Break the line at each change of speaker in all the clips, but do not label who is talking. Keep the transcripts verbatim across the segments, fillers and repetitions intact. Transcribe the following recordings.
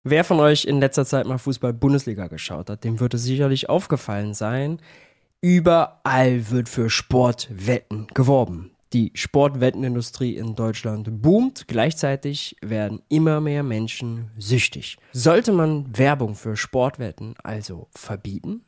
Wer von euch in letzter Zeit mal Fußball-Bundesliga geschaut hat, dem wird es sicherlich aufgefallen sein, überall wird für Sportwetten geworben. Die Sportwettenindustrie in Deutschland boomt, gleichzeitig werden immer mehr Menschen süchtig. Sollte man Werbung für Sportwetten also verbieten?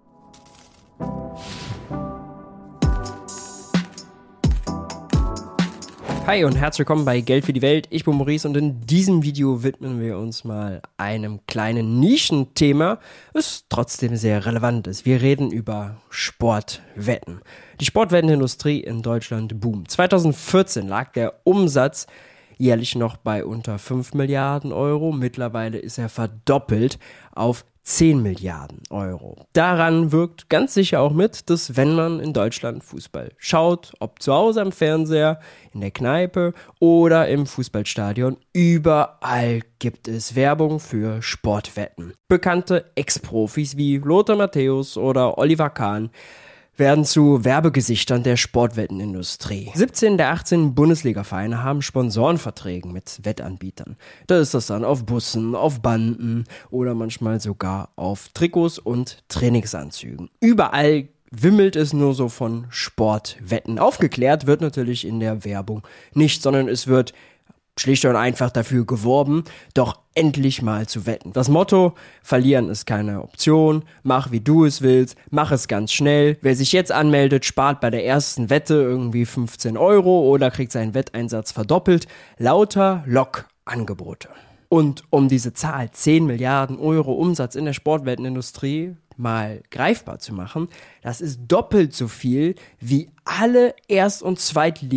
Hi und herzlich willkommen bei Geld für die Welt. Ich bin Maurice und in diesem Video widmen wir uns mal einem kleinen Nischenthema, das trotzdem sehr relevant ist. Wir reden über Sportwetten. Die Sportwettenindustrie in Deutschland boomt. zweitausendvierzehn lag der Umsatz jährlich noch bei unter fünf Milliarden Euro. Mittlerweile ist er verdoppelt auf zehn Milliarden Euro. Daran wirkt ganz sicher auch mit, dass wenn man in Deutschland Fußball schaut, ob zu Hause am Fernseher, in der Kneipe oder im Fußballstadion, überall gibt es Werbung für Sportwetten. Bekannte Ex-Profis wie Lothar Matthäus oder Oliver Kahn werden zu Werbegesichtern der Sportwettenindustrie. siebzehn der achtzehn Bundesliga-Vereine haben Sponsorenverträge mit Wettanbietern. Da ist das dann auf Bussen, auf Banden oder manchmal sogar auf Trikots und Trainingsanzügen. Überall wimmelt es nur so von Sportwetten. Aufgeklärt wird natürlich in der Werbung nicht, sondern es wird schlicht und einfach dafür geworben, doch endlich mal zu wetten. Das Motto: Verlieren ist keine Option, mach wie du es willst, mach es ganz schnell. Wer sich jetzt anmeldet, spart bei der ersten Wette irgendwie fünfzehn Euro oder kriegt seinen Wetteinsatz verdoppelt. Lauter Lockangebote. Und um diese Zahl zehn Milliarden Euro Umsatz in der Sportwettenindustrie mal greifbar zu machen, das ist doppelt so viel, wie alle Erst- und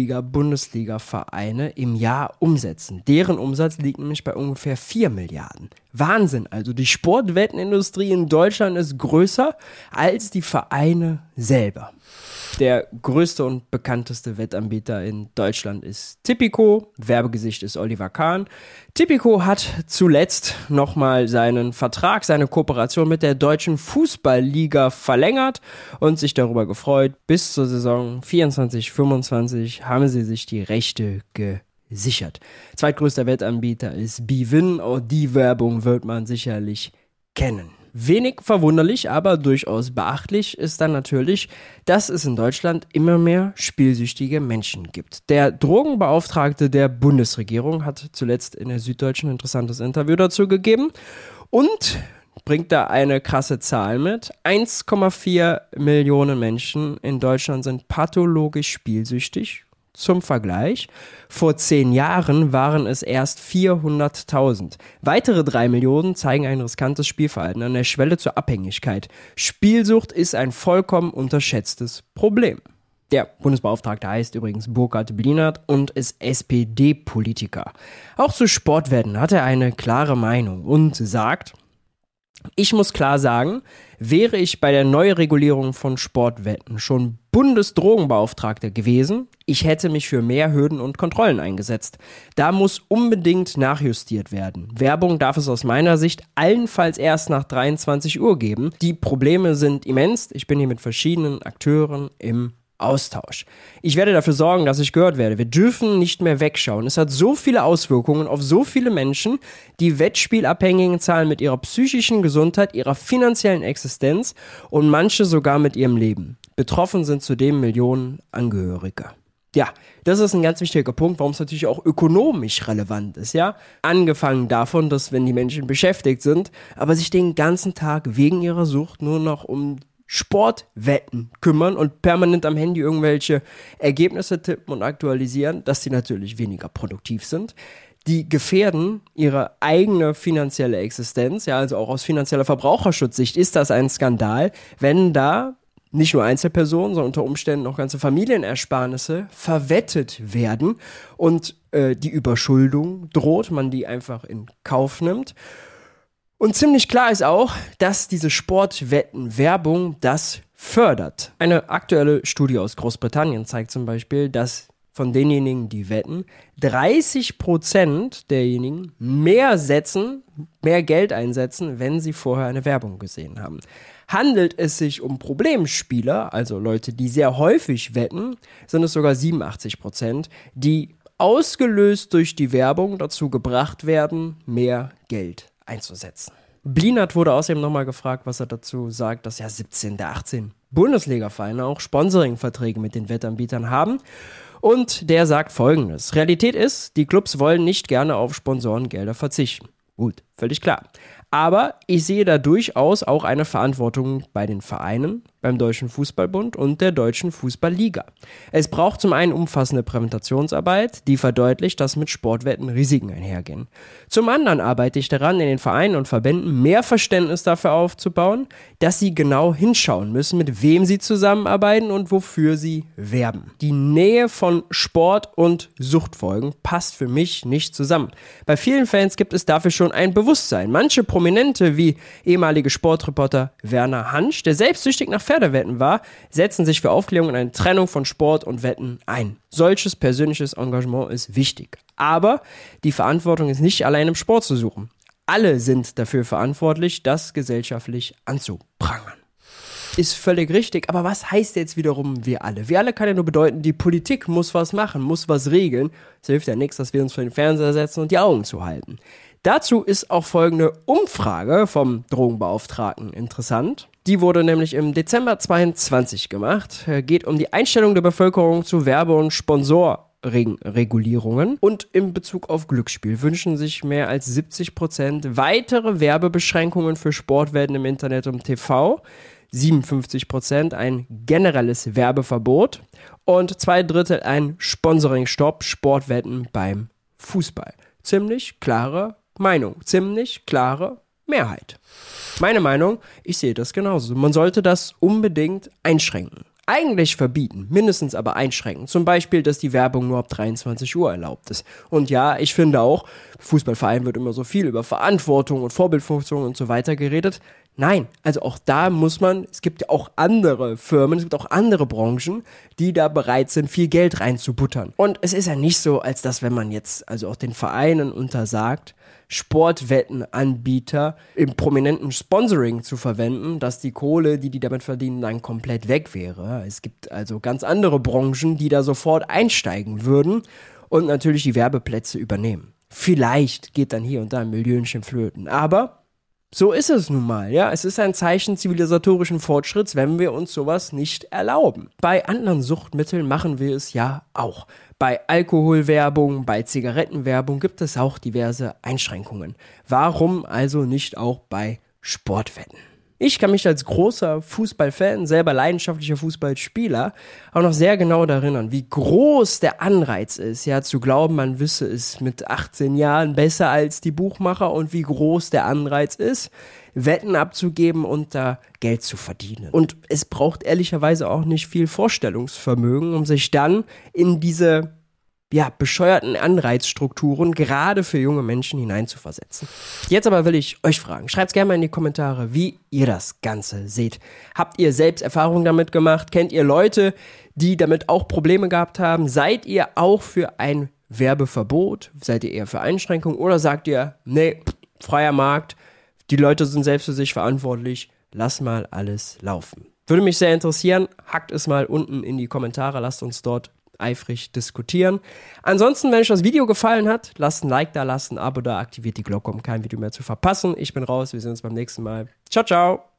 Zweitliga-Bundesliga-Vereine im Jahr umsetzen. Deren Umsatz liegt nämlich bei ungefähr vier Milliarden. Wahnsinn, also die Sportwettenindustrie in Deutschland ist größer als die Vereine selber. Der größte und bekannteste Wettanbieter in Deutschland ist Tipico. Werbegesicht ist Oliver Kahn. Tipico hat zuletzt nochmal seinen Vertrag, seine Kooperation mit der Deutschen Fußballliga verlängert und sich darüber gefreut. Bis zur Saison vierundzwanzig fünfundzwanzig haben sie sich die Rechte gesichert. Zweitgrößter Wettanbieter ist Bwin. Auch die Werbung wird man sicherlich kennen. Wenig verwunderlich, aber durchaus beachtlich ist dann natürlich, dass es in Deutschland immer mehr spielsüchtige Menschen gibt. Der Drogenbeauftragte der Bundesregierung hat zuletzt in der Süddeutschen ein interessantes Interview dazu gegeben und bringt da eine krasse Zahl mit. eins Komma vier Millionen Menschen in Deutschland sind pathologisch spielsüchtig. Zum Vergleich, vor zehn Jahren waren es erst vierhunderttausend. Weitere drei Millionen zeigen ein riskantes Spielverhalten an der Schwelle zur Abhängigkeit. Spielsucht ist ein vollkommen unterschätztes Problem. Der Bundesbeauftragte heißt übrigens Burkhard Blinert und ist S P D-Politiker. Auch zu Sportwetten hat er eine klare Meinung und sagt: Ich muss klar sagen, wäre ich bei der Neuregulierung von Sportwetten schon Bundesdrogenbeauftragter gewesen, ich hätte mich für mehr Hürden und Kontrollen eingesetzt. Da muss unbedingt nachjustiert werden. Werbung darf es aus meiner Sicht allenfalls erst nach dreiundzwanzig Uhr geben. Die Probleme sind immens. Ich bin hier mit verschiedenen Akteuren im Austausch. Ich werde dafür sorgen, dass ich gehört werde. Wir dürfen nicht mehr wegschauen. Es hat so viele Auswirkungen auf so viele Menschen. Die Wettspielabhängigen zahlen mit ihrer psychischen Gesundheit, ihrer finanziellen Existenz und manche sogar mit ihrem Leben. Betroffen sind zudem Millionen Angehörige. Ja, das ist ein ganz wichtiger Punkt, warum es natürlich auch ökonomisch relevant ist, ja. Angefangen davon, dass wenn die Menschen beschäftigt sind, aber sich den ganzen Tag wegen ihrer Sucht nur noch um Sportwetten kümmern und permanent am Handy irgendwelche Ergebnisse tippen und aktualisieren, dass die natürlich weniger produktiv sind. Die gefährden ihre eigene finanzielle Existenz, ja, also auch aus finanzieller Verbraucherschutzsicht ist das ein Skandal, wenn da nicht nur Einzelpersonen, sondern unter Umständen auch ganze Familienersparnisse verwettet werden und äh, die Überschuldung droht, man die einfach in Kauf nimmt. Und ziemlich klar ist auch, dass diese Sportwettenwerbung das fördert. Eine aktuelle Studie aus Großbritannien zeigt zum Beispiel, dass von denjenigen, die wetten, dreißig Prozent derjenigen mehr setzen, mehr Geld einsetzen, wenn sie vorher eine Werbung gesehen haben. Handelt es sich um Problemspieler, also Leute, die sehr häufig wetten, sind es sogar siebenundachtzig Prozent, die ausgelöst durch die Werbung dazu gebracht werden, mehr Geld einzusetzen. Blienert wurde außerdem nochmal gefragt, was er dazu sagt, dass ja siebzehn der achtzehn Bundesliga-Vereine auch Sponsoring-Verträge mit den Wettanbietern haben. Und der sagt Folgendes: Realität ist, die Clubs wollen nicht gerne auf Sponsorengelder verzichten. Gut, völlig klar. Aber ich sehe da durchaus auch eine Verantwortung bei den Vereinen, beim Deutschen Fußballbund und der Deutschen Fußballliga. Es braucht zum einen umfassende Präventationsarbeit, die verdeutlicht, dass mit Sportwetten Risiken einhergehen. Zum anderen arbeite ich daran, in den Vereinen und Verbänden mehr Verständnis dafür aufzubauen, dass sie genau hinschauen müssen, mit wem sie zusammenarbeiten und wofür sie werben. Die Nähe von Sport und Suchtfolgen passt für mich nicht zusammen. Bei vielen Fans gibt es dafür schon ein Bewusstsein. Manche Prominente wie ehemalige Sportreporter Werner Hansch, der selbstsüchtig nach Pferdewetten war, setzen sich für Aufklärung und eine Trennung von Sport und Wetten ein. Solches persönliches Engagement ist wichtig. Aber die Verantwortung ist nicht allein im Sport zu suchen. Alle sind dafür verantwortlich, das gesellschaftlich anzuprangern. Ist völlig richtig, aber was heißt jetzt wiederum wir alle? Wir alle kann ja nur bedeuten, die Politik muss was machen, muss was regeln. Es hilft ja nichts, dass wir uns vor den Fernseher setzen und die Augen zuhalten. Dazu ist auch folgende Umfrage vom Drogenbeauftragten interessant. Die wurde nämlich im Dezember zweiundzwanzig gemacht. Geht um die Einstellung der Bevölkerung zu Werbe- und Sponsorregulierungen. Und in Bezug auf Glücksspiel wünschen sich mehr als siebzig Prozent weitere Werbebeschränkungen für Sportwetten im Internet und T V. siebenundfünfzig Prozent ein generelles Werbeverbot. Und zwei Drittel ein Sponsoring-Stopp, Sportwetten beim Fußball. Ziemlich klare Meinung, ziemlich klare Mehrheit. Meine Meinung, ich sehe das genauso. Man sollte das unbedingt einschränken. Eigentlich verbieten, mindestens aber einschränken. Zum Beispiel, dass die Werbung nur ab dreiundzwanzig Uhr erlaubt ist. Und ja, ich finde auch, Fußballverein wird immer so viel über Verantwortung und Vorbildfunktion und so weiter geredet. Nein, also auch da muss man, es gibt ja auch andere Firmen, es gibt auch andere Branchen, die da bereit sind, viel Geld reinzubuttern. Und es ist ja nicht so, als dass, wenn man jetzt also auch den Vereinen untersagt, Sportwettenanbieter im prominenten Sponsoring zu verwenden, dass die Kohle, die die damit verdienen, dann komplett weg wäre. Es gibt also ganz andere Branchen, die da sofort einsteigen würden und natürlich die Werbeplätze übernehmen. Vielleicht geht dann hier und da ein Millionchen flöten, aber so ist es nun mal, ja. Es ist ein Zeichen zivilisatorischen Fortschritts, wenn wir uns sowas nicht erlauben. Bei anderen Suchtmitteln machen wir es ja auch. Bei Alkoholwerbung, bei Zigarettenwerbung gibt es auch diverse Einschränkungen. Warum also nicht auch bei Sportwetten? Ich kann mich als großer Fußballfan, selber leidenschaftlicher Fußballspieler, auch noch sehr genau daran erinnern, wie groß der Anreiz ist, ja, zu glauben, man wisse es mit achtzehn Jahren besser als die Buchmacher und wie groß der Anreiz ist, Wetten abzugeben und da Geld zu verdienen. Und es braucht ehrlicherweise auch nicht viel Vorstellungsvermögen, um sich dann in diese ja, bescheuerten Anreizstrukturen gerade für junge Menschen hineinzuversetzen. Jetzt aber will ich euch fragen, schreibt's gerne mal in die Kommentare, wie ihr das Ganze seht. Habt ihr selbst Erfahrungen damit gemacht? Kennt ihr Leute, die damit auch Probleme gehabt haben? Seid ihr auch für ein Werbeverbot? Seid ihr eher für Einschränkungen? Oder sagt ihr, nee, freier Markt, die Leute sind selbst für sich verantwortlich, lass mal alles laufen. Würde mich sehr interessieren, hackt es mal unten in die Kommentare, lasst uns dort eifrig diskutieren. Ansonsten, wenn euch das Video gefallen hat, lasst ein Like da, lasst ein Abo da, aktiviert die Glocke, um kein Video mehr zu verpassen. Ich bin raus, wir sehen uns beim nächsten Mal. Ciao, ciao!